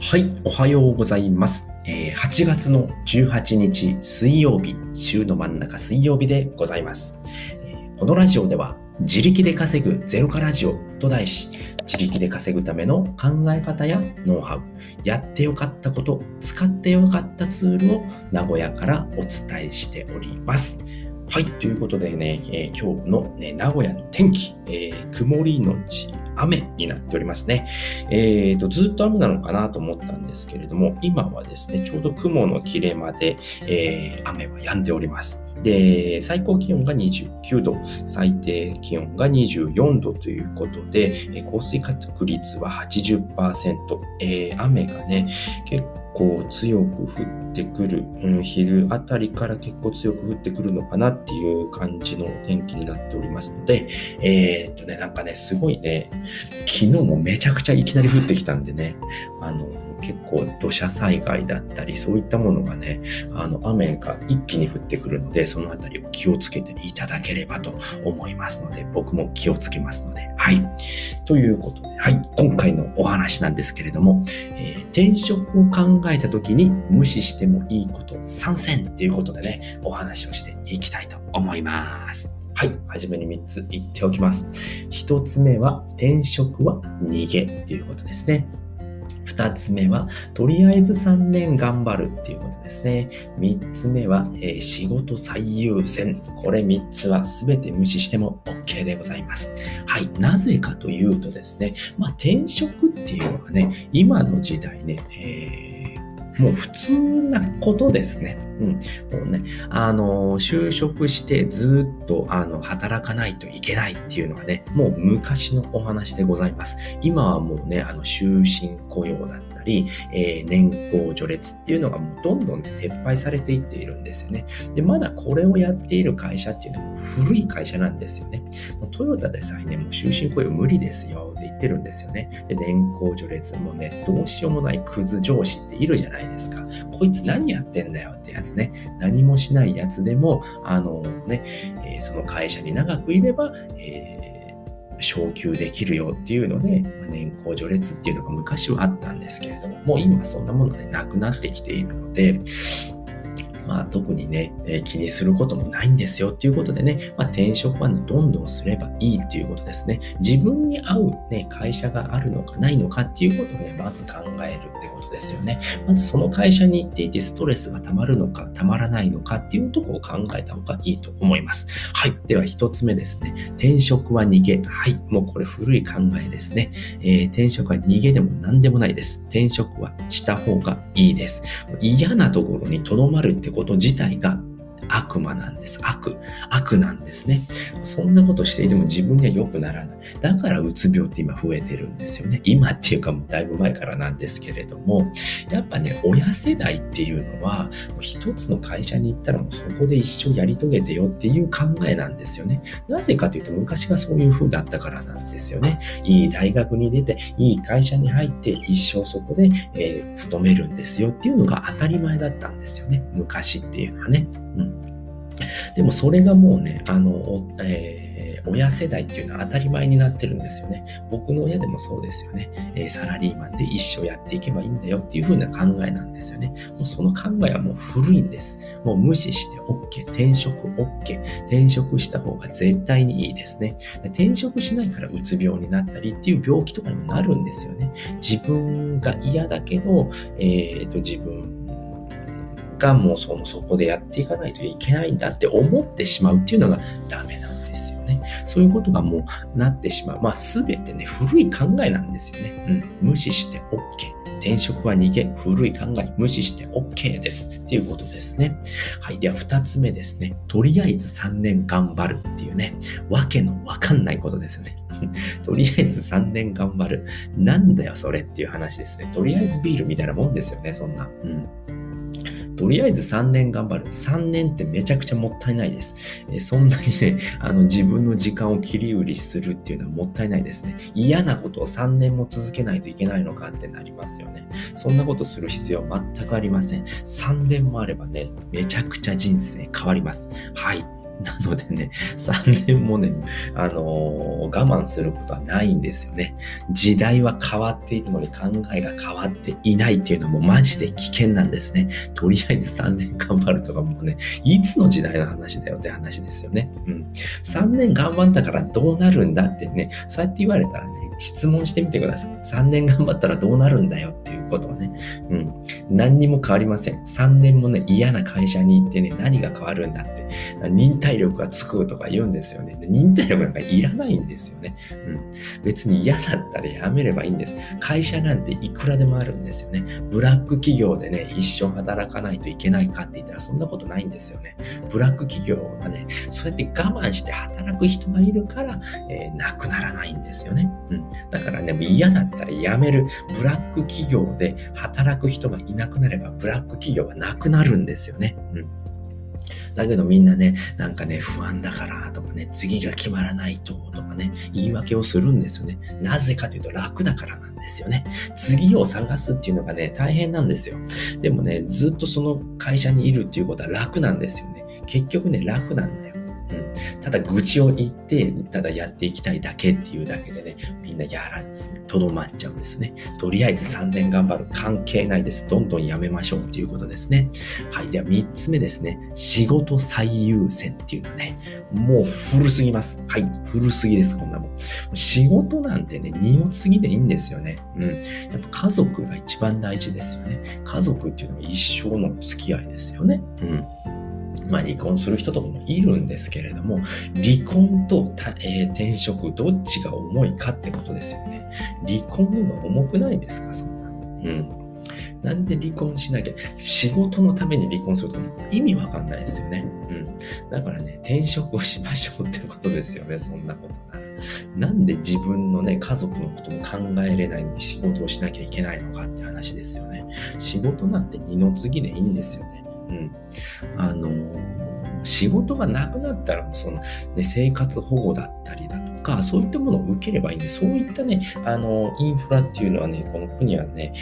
はい、おはようございます。8月の18日水曜日、週の真ん中水曜日でございます。このラジオでは自力で稼ぐゼロからラジオと題し、自力で稼ぐための考え方やノウハウ、やってよかったこと、使ってよかったツールを名古屋からお伝えしております。はい、ということでね、今日の、名古屋の天気、曇りのち雨になっておりますね。ずっと雨なのかなと思ったんですけれども、今はですね、ちょうど雲の切れ間で、雨は止んでおります。で、最高気温が29度、最低気温が24度ということで、降水確率は 80%、雨がね、結構強く降ってくる、昼あたりから結構強く降ってくるのかなっていう感じの天気になっておりますので、なんかね、すごいね、昨日もめちゃくちゃいきなり降ってきたんでね、結構土砂災害だったりそういったものがね、雨が一気に降ってくるので、そのあたりを気をつけていただければと思いますので、僕も気をつけますので、はい。ということで、はい。今回のお話なんですけれども、転職を考えた時に無視してもいいこと参戦ということでね、お話をしていきたいと思います。はい。はじめに3つ言っておきます。1つ目は、転職は逃げっていうことですね。2つ目は、とりあえず3年頑張るっていうことですね。3つ目は、仕事最優先。これ3つは全て無視しても OK でございます。はい。なぜかというとですね、転職っていうのはね、今の時代ね、もう普通なことですね。もうね、就職してずっと働かないといけないっていうのはね、もう昔のお話でございます。今はもうね、終身雇用だったり、年功序列っていうのがもうどんどん撤廃されていっているんですよね。で、まだこれをやっている会社っていうのは古い会社なんですよね。もうトヨタでさえね、もう終身雇用無理ですよって言ってるんですよね。で、年功序列もね、どうしようもないクズ上司っているじゃないですか。こいつ何やってんだよってやつね。何もしないやつでも、その会社に長くいれば、昇給できるよっていうので、年功序列っていうのが昔はあったんですけれども、もう今そんなものでなくなってきているので、特にね、気にすることもないんですよっていうことでね、転職はどんどんすればいいっていうことですね。自分に合うね、会社があるのかないのかっていうことをね、まず考えるってことですよね。まずその会社に行っていてストレスが溜まるのか溜まらないのかっていうところを考えた方がいいと思います。はい。では一つ目ですね。転職は逃げ。はい。もうこれ古い考えですね。転職は逃げでも何でもないです。転職はした方がいいです。嫌なところに留まるってこと自体が悪魔なんです。悪なんですね。そんなことしていても自分には良くならない。だからうつ病って今増えてるんですよね。今っていうかもうだいぶ前からなんですけれども、やっぱね、親世代っていうのは、一つの会社に行ったらもうそこで一生やり遂げてよっていう考えなんですよね。なぜかというと昔がそういう風だったからなんですよね。いい大学に出て、いい会社に入って一生そこで、勤めるんですよっていうのが当たり前だったんですよね。昔っていうのはね。でもそれがもうね、親世代っていうのは当たり前になってるんですよね。僕の親でもそうですよね。サラリーマンで一生やっていけばいいんだよっていう風な考えなんですよね。もうその考えはもう古いんです。もう無視して OK。転職 OK。転職した方が絶対にいいですね。転職しないからうつ病になったりっていう病気とかにもなるんですよね。自分が嫌だけど、自分がもうそこでやっていかないといけないんだって思ってしまうっていうのがダメなんですよね。そういうことがもうなってしまう。全てね、古い考えなんですよね。無視して OK。転職は逃げ、古い考え、無視して OK ですっていうことですね。はい。では2つ目ですね。とりあえず3年頑張るっていうね、わけのわかんないことですよね。とりあえず3年頑張る。なんだよそれっていう話ですね。とりあえずビールみたいなもんですよね、そんな。とりあえず3年頑張る。3年ってめちゃくちゃもったいないです。そんなにね、自分の時間を切り売りするっていうのはもったいないですね。嫌なことを3年も続けないといけないのかってなりますよね。そんなことする必要は全くありません。3年もあればね、めちゃくちゃ人生変わります。はい。 なのでね、3年もね、我慢することはないんですよね。時代は変わっているのに考えが変わっていないっていうのもマジで危険なんですね。とりあえず3年頑張るとかもね、いつの時代の話だよって話ですよね。3年頑張ったからどうなるんだってね、そうやって言われたらね、質問してみてください。3年頑張ったらどうなるんだよっていうことはね。何にも変わりません。3年もね、嫌な会社に行ってね、何が変わるんだって。忍耐力がつくとか言うんですよね。忍耐力なんかいらないんですよね。別に嫌だったらやめればいいんです。会社なんていくらでもあるんですよね。ブラック企業でね、一生働かないといけないかって言ったらそんなことないんですよね。ブラック企業はね、そうやって我慢して働く人がいるから、なくならないんですよね。だからね、もう嫌だったらやめる。ブラック企業で働く人がいなくなれば、ブラック企業はなくなるんですよね。だけどみんなね、なんかね、不安だからとかね、次が決まらないとかね、言い訳をするんですよね。なぜかというと楽だからなんですよね。次を探すっていうのがね、大変なんですよ。でもね、ずっとその会社にいるっていうことは楽なんですよね。結局ね、楽なんだよ。ただ愚痴を言って、ただやっていきたいだけっていうだけでね、みんなやらずにとどまっちゃうんですね。とりあえず3年頑張る。関係ないです。どんどんやめましょうっていうことですね。はい。では3つ目ですね。仕事最優先っていうのはね、もう古すぎます。はい。古すぎです。こんなもん。仕事なんてね、二の次でいいんですよね。やっぱ家族が一番大事ですよね。家族っていうのは一生の付き合いですよね。離婚する人とかもいるんですけれども、離婚と転職、どっちが重いかってことですよね。離婚の方が重くないですか、そんなの。なんで離婚しなきゃ、仕事のために離婚すると意味わかんないですよね。だからね、転職をしましょうってことですよね、そんなことなら。なんで自分のね、家族のことも考えれないのに仕事をしなきゃいけないのかって話ですよね。仕事なんて二の次でいいんですよね。仕事がなくなったら、そのね、生活保護だったりだとか、そういったものを受ければいいんで、そういったね、インフラっていうのはね、この国はね、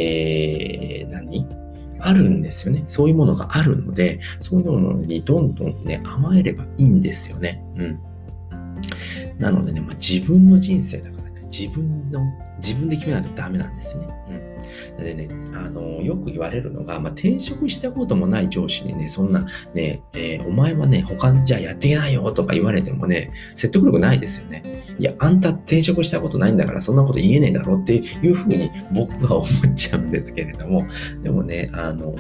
あるんですよね。そういうものがあるので、そういうものにどんどんね、甘えればいいんですよね。なのでね、自分の人生だからね、自分で決めないとダメなんですよね。でね、よく言われるのが、転職したこともない上司にね、そんなね、お前はね、他じゃやっていけないよとか言われてもね、説得力ないですよね。いや、あんた転職したことないんだから、そんなこと言えねえだろっていうふうに僕は思っちゃうんですけれども、でもね、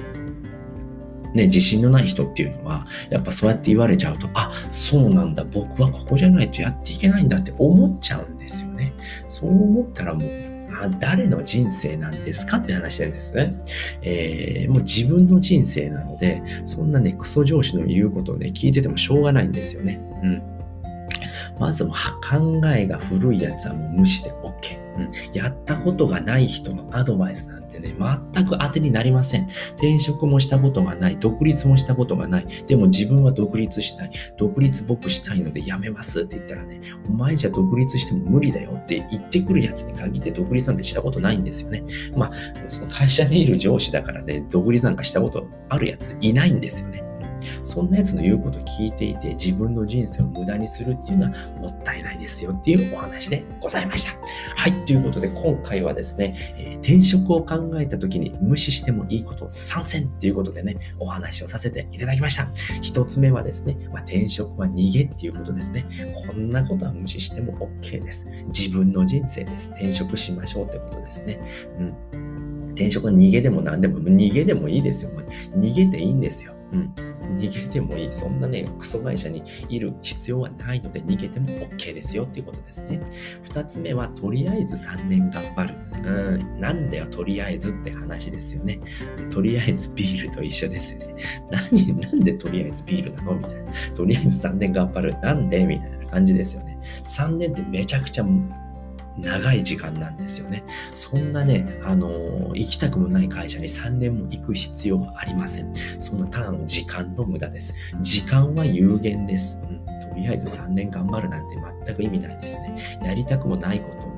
自信のない人っていうのは、やっぱそうやって言われちゃうと、そうなんだ、僕はここじゃないとやっていけないんだって思っちゃうんですよね。そう思ったらもう、誰の人生なんですかって話なんですね。もう自分の人生なので、そんなね、クソ上司の言うことをね、聞いててもしょうがないんですよね。まずも考えが古いやつはもう無視で OK。やったことがない人のアドバイスなんてね、全く当てになりません。転職もしたことがない、独立もしたことがない。でも自分は独立したい。独立僕したいのでやめますって言ったらね、お前じゃ独立しても無理だよって言ってくるやつに限って独立なんてしたことないんですよね。その会社にいる上司だからね、独立なんかしたことあるやついないんですよね。そんなやつの言うことを聞いていて自分の人生を無駄にするっていうのはもったいないですよっていうお話でございました。はい、ということで今回はですね、転職を考えた時に無視してもいいこと参戦ということでね、お話をさせていただきました。一つ目はですね、転職は逃げっていうことですね。こんなことは無視しても OK です。自分の人生です。転職しましょうってことですね。転職は逃げでも何でも、逃げでもいいですよ。逃げていいんですよ。逃げてもいい。そんなね、クソ会社にいる必要はないので、逃げても OK ですよっていうことですね。二つ目は、とりあえず3年頑張る。なんだよ、とりあえずって話ですよね。とりあえずビールと一緒ですよね。なんでとりあえずビールなのみたいな。とりあえず3年頑張る。なんでみたいな感じですよね。3年ってめちゃくちゃ長い時間なんですよね。そんなね、行きたくもない会社に3年も行く必要はありません。そんなただの時間の無駄です。時間は有限です。とりあえず3年頑張るなんて全く意味ないですね。やりたくもないことを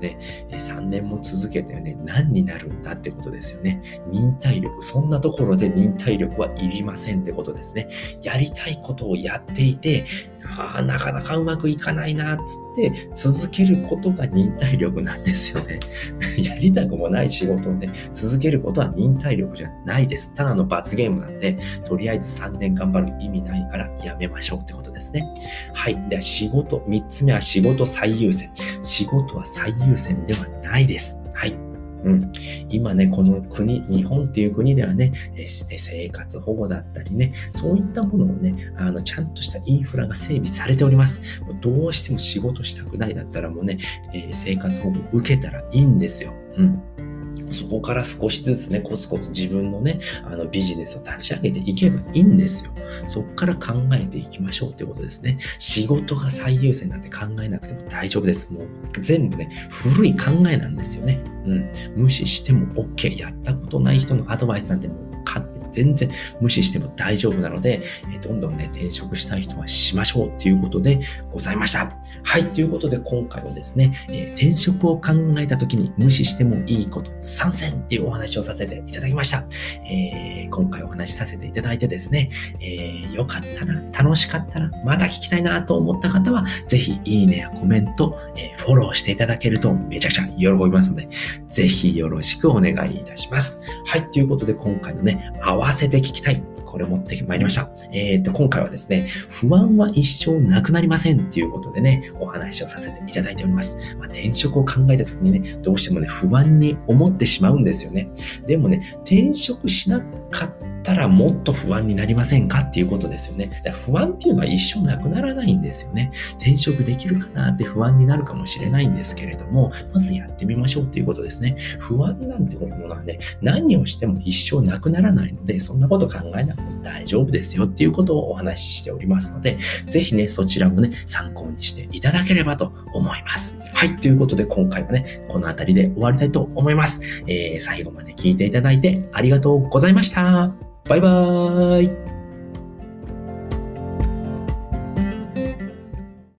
ね、3年も続けてね、何になるんだってことですよね。忍耐力、そんなところで忍耐力はいりませんってことですね。やりたいことをやっていて、なかなかうまくいかないな、つって続けることが忍耐力なんですよね。やりたくもない仕事をね、続けることは忍耐力じゃないです。ただの罰ゲームなんで、とりあえず3年頑張る意味ないからやめましょうってことですね。はい。では3つ目は仕事最優先。仕事は最優先ではないです。はい。今ね、この国、日本っていう国ではね、生活保護だったりね、そういったものをね、ちゃんとしたインフラが整備されております。どうしても仕事したくないだったらもうね、生活保護を受けたらいいんですよ。そこから少しずつね、コツコツ自分のね、ビジネスを立ち上げていけばいいんですよ。そこから考えていきましょうってことですね。仕事が最優先なんて考えなくても大丈夫です。もう全部ね、古い考えなんですよね。無視しても OK。やったことない人のアドバイスなんてもう全然無視しても大丈夫なので、どんどんね、転職したい人はしましょうっていうことでございました。はい、ということで今回はですね、転職を考えた時に無視してもいいこと3選っていうお話をさせていただきました。今回お話しさせていただいてですね、よかったな、楽しかったな、まだ聞きたいなと思った方は、ぜひいいねやコメント、フォローしていただけるとめちゃくちゃ喜びますので、ぜひよろしくお願いいたします。はい、ということで今回のね、合わせて聞きたい。これ持ってまいりました。今回はですね、不安は一生なくなりませんっていうことでね、お話をさせていただいております。転職を考えた時にね、どうしてもね、不安に思ってしまうんですよね。でもね、転職しなかったらもっと不安になりませんかっていうことですよね。だから不安っていうのは一生なくならないんですよね。転職できるかなって不安になるかもしれないんですけれども、まずやってみましょうっていうことですね。不安なんてものはね、何をしても一生なくならないので、そんなこと考えなくても大丈夫ですよっていうことをお話ししておりますので、ぜひね、そちらもね、参考にしていただければと思います。はい、ということで今回はね、この辺りで終わりたいと思います。最後まで聞いていただいてありがとうございました。バイバーイ。